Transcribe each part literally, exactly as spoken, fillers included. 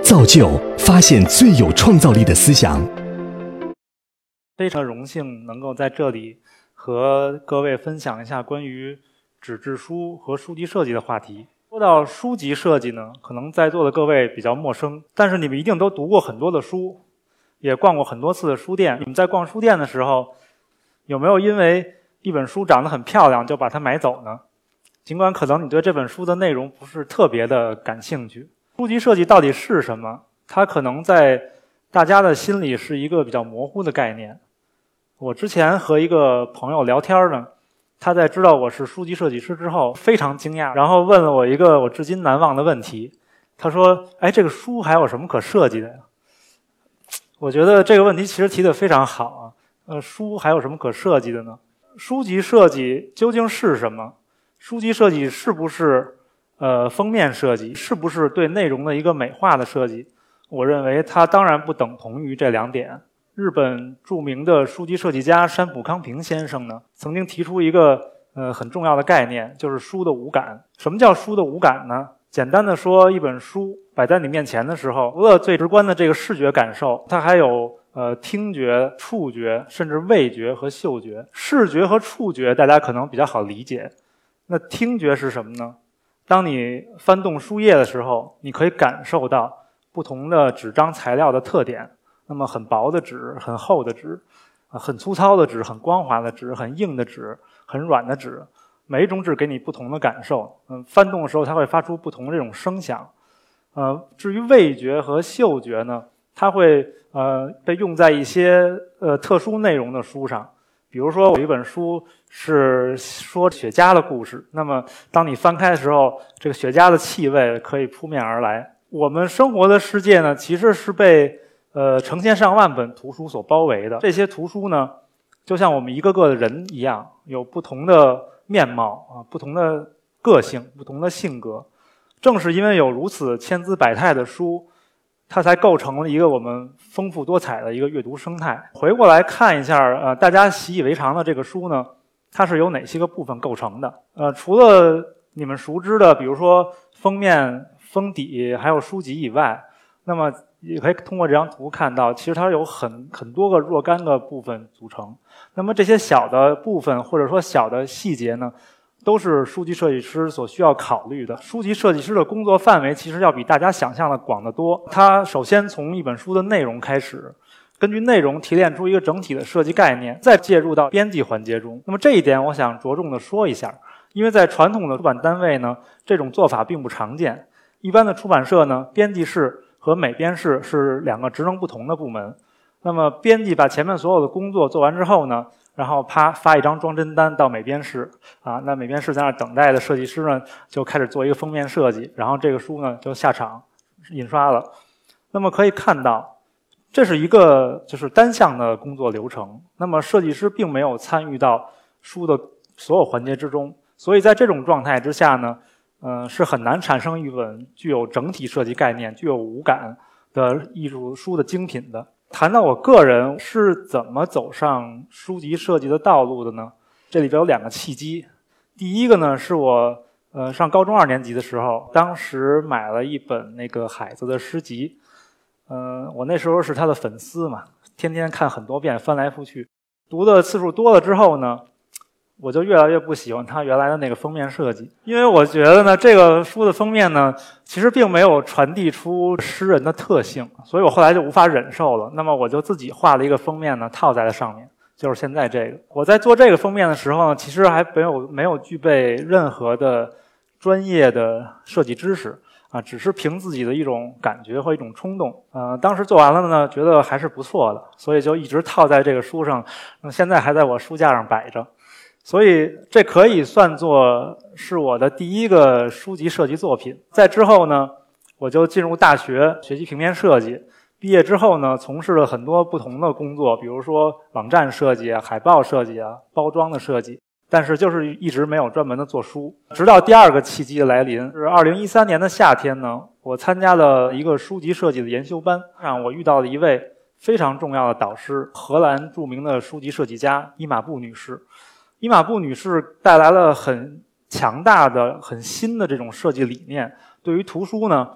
造就发现最有创造力的思想。 非常荣幸能够在这里和各位分享一下关于纸质书和书籍设计的话题。说到书籍设计呢，可能在座的各位比较陌生，但是你们一定都读过很多的书，也逛过很多次的书店。你们在逛书店的时候，有没有因为一本书长得很漂亮就把它买走呢？尽管可能你对这本书的内容不是特别的感兴趣。书籍设计到底是什么？它可能在大家的心里是一个比较模糊的概念。我之前和一个朋友聊天呢，他在知道我是书籍设计师之后非常惊讶，然后问了我一个我至今难忘的问题。他说：哎，这个书还有什么可设计的呀？我觉得这个问题其实提得非常好啊。呃，书还有什么可设计的呢？书籍设计究竟是什么？书籍设计是不是呃封面设计？是不是对内容的一个美化的设计？我认为它当然不等同于这两点。日本著名的书籍设计家山浦康平先生呢，曾经提出一个呃很重要的概念，就是书的五感。什么叫书的五感呢？简单的说，一本书摆在你面前的时候，除了最直观的这个视觉感受，它还有呃听觉、触觉，甚至味觉和嗅觉。视觉和触觉大家可能比较好理解，那听觉是什么呢？当你翻动书页的时候，你可以感受到不同的纸张材料的特点。那么很薄的纸，很厚的纸，很粗糙的纸，很光滑的纸，很硬的纸，很软的纸，每一种纸给你不同的感受。嗯，翻动的时候它会发出不同的这种声响。呃，至于味觉和嗅觉呢，它会呃被用在一些呃特殊内容的书上。比如说，有一本书是说雪茄的故事，那么当你翻开的时候，这个雪茄的气味可以扑面而来。我们生活的世界呢，其实是被呃，成千上万本图书所包围的。这些图书呢，就像我们一个个的人一样，有不同的面貌啊，不同的个性，不同的性格。正是因为有如此千姿百态的书，它才构成了一个我们丰富多彩的一个阅读生态。回过来看一下，呃，大家习以为常的这个书呢，它是由哪些个部分构成的？呃，除了你们熟知的，比如说封面、封底，还有书籍以外，那么也可以通过这张图看到，其实它有很很多个若干个部分组成。那么这些小的部分或者说小的细节呢，都是书籍设计师所需要考虑的。书籍设计师的工作范围其实要比大家想象的广得多。他首先从一本书的内容开始，根据内容提炼出一个整体的设计概念，再介入到编辑环节中。那么这一点我想着重的说一下，因为在传统的出版单位呢，这种做法并不常见。一般的出版社呢，编辑室和美编室是两个职能不同的部门。那么编辑把前面所有的工作做完之后呢，然后啪发一张装帧单到美编室啊，那美编室在那等待的设计师呢就开始做一个封面设计，然后这个书呢就下场印刷了。那么可以看到，这是一个就是单向的工作流程。那么设计师并没有参与到书的所有环节之中，所以在这种状态之下呢。嗯、呃，是很难产生一本具有整体设计概念、具有五感的艺术书的精品的。谈到我个人是怎么走上书籍设计的道路的呢？这里边有两个契机。第一个呢，是我呃上高中二年级的时候，当时买了一本那个海子的诗集。嗯、呃，我那时候是他的粉丝嘛，天天看很多遍，翻来覆去。读的次数多了之后呢，我就越来越不喜欢它原来的那个封面设计，因为我觉得呢，这个书的封面呢，其实并没有传递出诗人的特性，所以我后来就无法忍受了。那么我就自己画了一个封面呢，套在了上面，就是现在这个。我在做这个封面的时候呢，其实还没有没有具备任何的专业的设计知识啊，只是凭自己的一种感觉和一种冲动。呃，当时做完了呢，觉得还是不错的，所以就一直套在这个书上，那现在还在我书架上摆着。所以这可以算作是我的第一个书籍设计作品。在之后呢，我就进入大学学习平面设计。毕业之后呢，从事了很多不同的工作，比如说网站设计啊、海报设计啊、包装的设计。但是就是一直没有专门的做书。直到第二个契机的来临，是二零一三年的夏天呢，我参加了一个书籍设计的研修班，让我遇到了一位非常重要的导师，荷兰著名的书籍设计家伊玛布女士。伊玛布女士带来了很强大的、很新的这种设计理念，对于图书呢，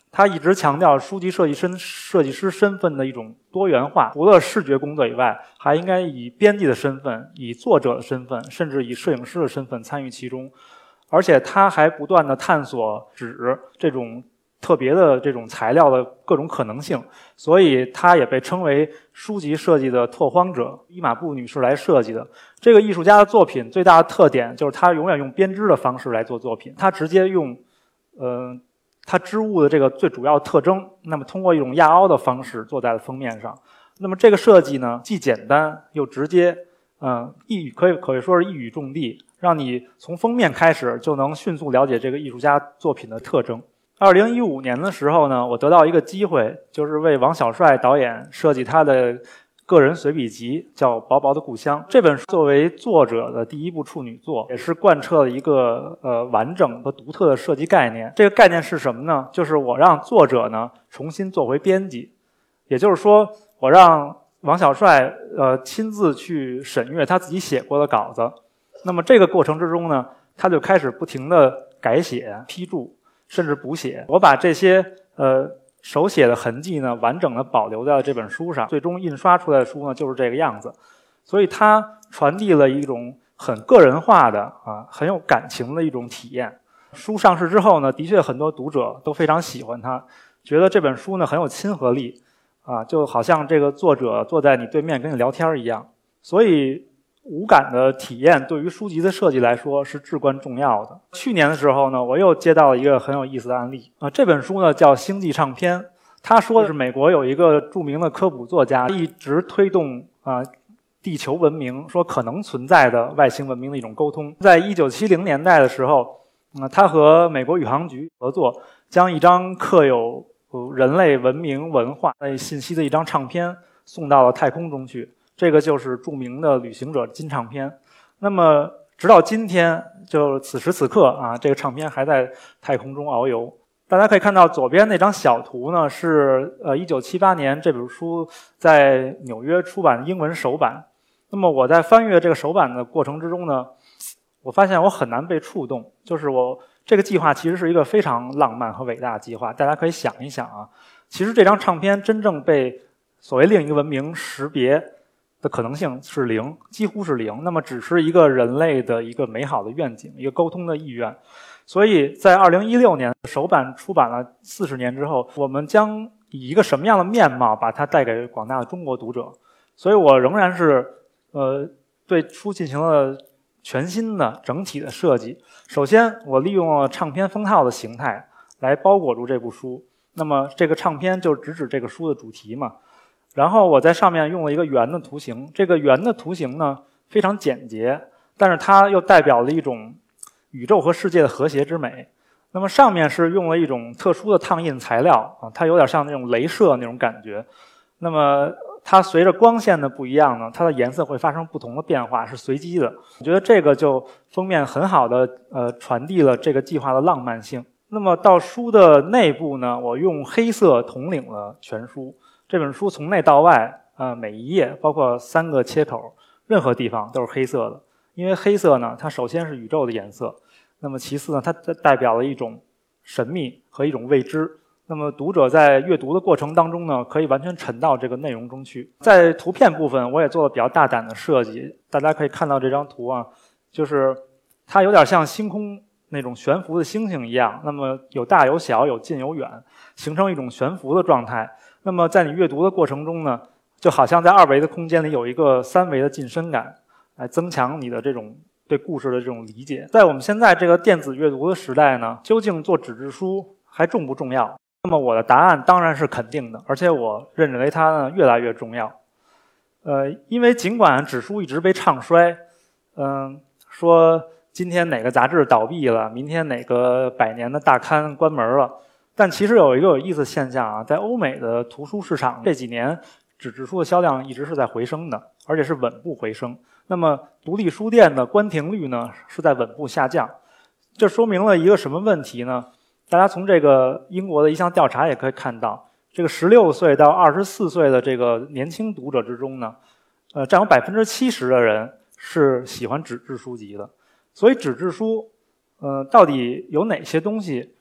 他一直强调书籍设计身设计师身份的一种多元化，除了视觉工作以外，还应该以编辑的身份、以作者的身份，甚至以摄影师的身份参与其中。而且他还不断地探索纸这种特别的这种材料的各种可能性，所以他也被称为书籍设计的拓荒者。伊玛布女士来设计的这个艺术家的作品最大的特点就是他永远用编织的方式来做作品，他直接用呃他织物的这个最主要的特征，那么通过一种压凹的方式做在了封面上。那么这个设计呢，既简单又直接，嗯，一语可以可以说是一语中的，让你从封面开始就能迅速了解这个艺术家作品的特征。二零一五年的时候呢，我得到一个机会，就是为王小帅导演设计他的个人随笔集，叫《薄薄的故乡》。这本书作为作者的第一部处女作，也是贯彻了一个呃完整和独特的设计概念。这个概念是什么呢？就是我让作者呢重新做回编辑，也就是说，我让王小帅呃亲自去审阅他自己写过的稿子。那么这个过程之中呢，他就开始不停地改写、批注，甚至补写。我把这些呃手写的痕迹呢，完整的保留在了这本书上。最终印刷出来的书呢，就是这个样子。所以它传递了一种很个人化的啊，很有感情的一种体验。书上市之后呢，的确很多读者都非常喜欢它，觉得这本书呢很有亲和力啊，就好像这个作者坐在你对面跟你聊天一样。所以无感的体验对于书籍的设计来说是至关重要的。去年的时候呢，我又接到了一个很有意思的案例啊，这本书呢叫《星际唱片》，他说的是美国有一个著名的科普作家一直推动啊地球文明说可能存在的外星文明的一种沟通。在一九七零年代的时候，嗯，他和美国宇航局合作，将一张刻有人类文明文化信息的一张唱片送到了太空中去。这个就是著名的旅行者金唱片。那么直到今天，就此时此刻啊，这个唱片还在太空中遨游。大家可以看到左边那张小图呢，是呃一九七八年这本书在纽约出版的英文首版。那么我在翻阅这个首版的过程之中呢，我发现我很难被触动。就是我这个计划其实是一个非常浪漫和伟大的计划。大家可以想一想啊，其实这张唱片真正被所谓另一个文明识别的可能性是零，几乎是零。那么只是一个人类的一个美好的愿景，一个沟通的意愿。所以在二零一六年首版出版了四十年之后，我们将以一个什么样的面貌把它带给广大的中国读者？所以我仍然是呃对书进行了全新的整体的设计。首先，我利用了唱片封套的形态来包裹住这部书。那么这个唱片就直指这个书的主题嘛。然后我在上面用了一个圆的图形，这个圆的图形呢非常简洁，但是它又代表了一种宇宙和世界的和谐之美。那么上面是用了一种特殊的烫印材料啊，它有点像那种镭射那种感觉。那么它随着光线的不一样呢，它的颜色会发生不同的变化，是随机的。我觉得这个就封面很好的呃传递了这个计划的浪漫性。那么到书的内部呢，我用黑色统领了全书。这本书从内到外，呃，每一页包括三个切口，任何地方都是黑色的。因为黑色呢，它首先是宇宙的颜色，那么其次呢，它代表了一种神秘和一种未知。那么读者在阅读的过程当中呢，可以完全沉到这个内容中去。在图片部分，我也做了比较大胆的设计。大家可以看到这张图啊，就是它有点像星空那种悬浮的星星一样，那么有大有小，有近有远，形成一种悬浮的状态。那么在你阅读的过程中呢，就好像在二维的空间里有一个三维的近身感，来增强你的这种对故事的这种理解。在我们现在这个电子阅读的时代呢，究竟做纸质书还重不重要？那么我的答案当然是肯定的，而且我认为它呢越来越重要。呃，因为尽管纸书一直被唱衰，嗯、呃，说今天哪个杂志倒闭了，明天哪个百年的大刊关门了。但其实有一个有意思的现象啊，在欧美的图书市场这几年，纸质书的销量一直是在回升的，而且是稳步回升。那么独立书店的关停率呢是在稳步下降，这说明了一个什么问题呢？大家从这个英国的一项调查也可以看到，这个十六岁到二十四岁的这个年轻读者之中呢，呃，占有百分之七十的人是喜欢纸质书籍的。所以纸质书，呃，到底有哪些东西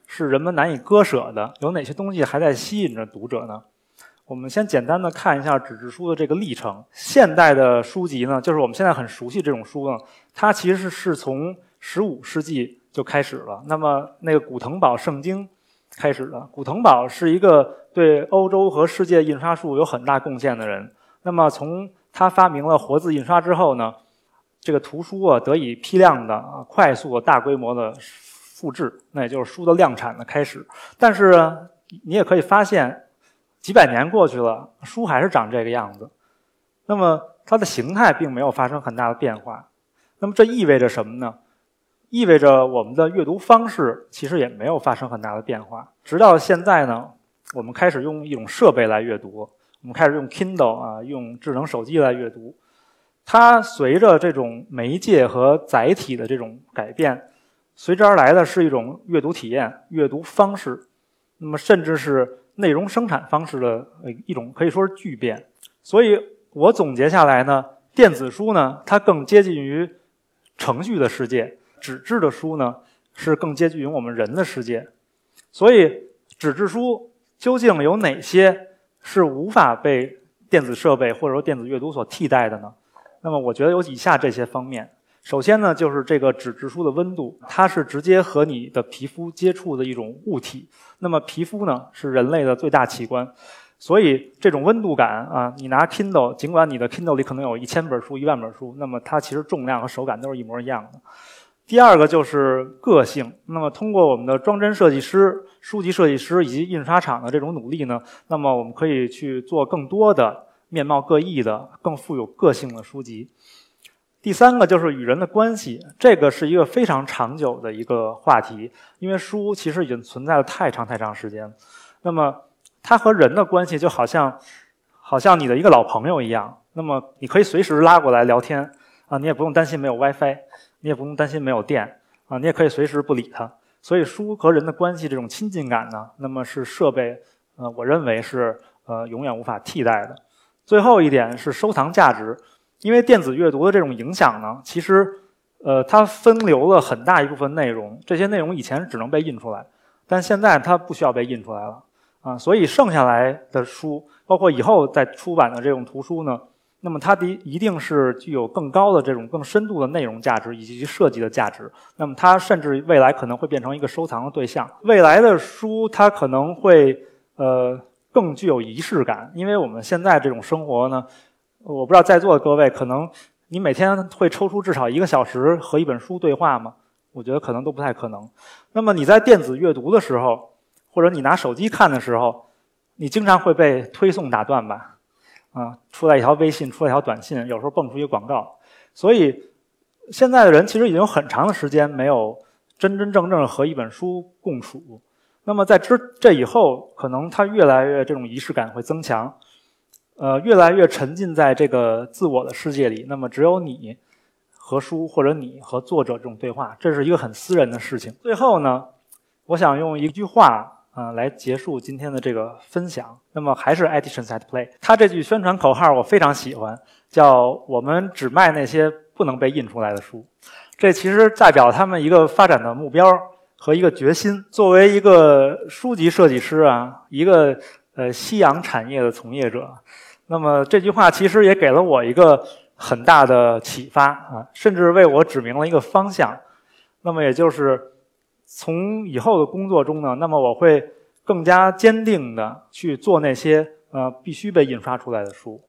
是人们难以割舍的？有哪些东西还在吸引着读者呢？我们先简单的看一下纸质书的这个历程。现代的书籍呢，就是我们现在很熟悉这种书呢，它其实是从十五世纪就开始了。那么那个古腾堡圣经开始了。古腾堡是一个对欧洲和世界印刷术有很大贡献的人。那么从他发明了活字印刷之后呢，这个图书啊得以批量的、啊、快速的、大规模的复制，那也就是书的量产的开始。但是你也可以发现，几百年过去了，书还是长这个样子。那么它的形态并没有发生很大的变化。那么这意味着什么呢？意味着我们的阅读方式其实也没有发生很大的变化。直到现在呢，我们开始用一种设备来阅读，我们开始用 Kindle 啊，用智能手机来阅读。它随着这种媒介和载体的这种改变，随之而来的是一种阅读体验、阅读方式，那么甚至是内容生产方式的一种可以说是巨变。所以我总结下来呢，电子书呢，它更接近于程序的世界，纸质的书呢，是更接近于我们人的世界。所以纸质书究竟有哪些是无法被电子设备或者说电子阅读所替代的呢？那么我觉得有以下这些方面。首先呢，就是这个纸质书的温度，它是直接和你的皮肤接触的一种物体。那么皮肤呢，是人类的最大器官，所以这种温度感啊，你拿 Kindle， 尽管你的 Kindle 里可能有一千本书、一万本书，那么它其实重量和手感都是一模一样的。第二个就是个性。那么通过我们的装帧设计师、书籍设计师以及印刷厂的这种努力呢，那么我们可以去做更多的面貌各异的、更富有个性的书籍。第三个就是与人的关系，这个是一个非常长久的一个话题，因为书其实已经存在了太长太长时间了。那么它和人的关系就好像好像你的一个老朋友一样，那么你可以随时拉过来聊天啊，你也不用担心没有 WiFi， 你也不用担心没有电啊，你也可以随时不理它。所以书和人的关系这种亲近感呢，那么是设备呃我认为是呃永远无法替代的。最后一点是收藏价值。因为电子阅读的这种影响呢，其实呃它分流了很大一部分内容，这些内容以前只能被印出来，但现在它不需要被印出来了啊，所以剩下来的书，包括以后再出版的这种图书呢，那么它的一定是具有更高的这种更深度的内容价值以及设计的价值，那么它甚至未来可能会变成一个收藏的对象。未来的书它可能会呃更具有仪式感，因为我们现在这种生活呢，我不知道在座的各位，可能你每天会抽出至少一个小时和一本书对话吗？我觉得可能都不太可能。那么你在电子阅读的时候，或者你拿手机看的时候，你经常会被推送打断吧？啊，出来一条微信，出来一条短信，有时候蹦出一个广告。所以现在的人其实已经有很长的时间没有真真正正和一本书共处。那么在这这以后，可能它越来越这种仪式感会增强。呃，越来越沉浸在这个自我的世界里，那么只有你和书或者你和作者这种对话，这是一个很私人的事情。最后呢，我想用一句话啊、呃、来结束今天的这个分享。那么还是 Editions at Play， 他这句宣传口号我非常喜欢，叫我们只卖那些不能被印出来的书。这其实代表他们一个发展的目标和一个决心。作为一个书籍设计师啊，一个呃夕阳产业的从业者，那么这句话其实也给了我一个很大的启发啊，甚至为我指明了一个方向。那么也就是从以后的工作中呢，那么我会更加坚定的去做那些呃必须被印刷出来的书。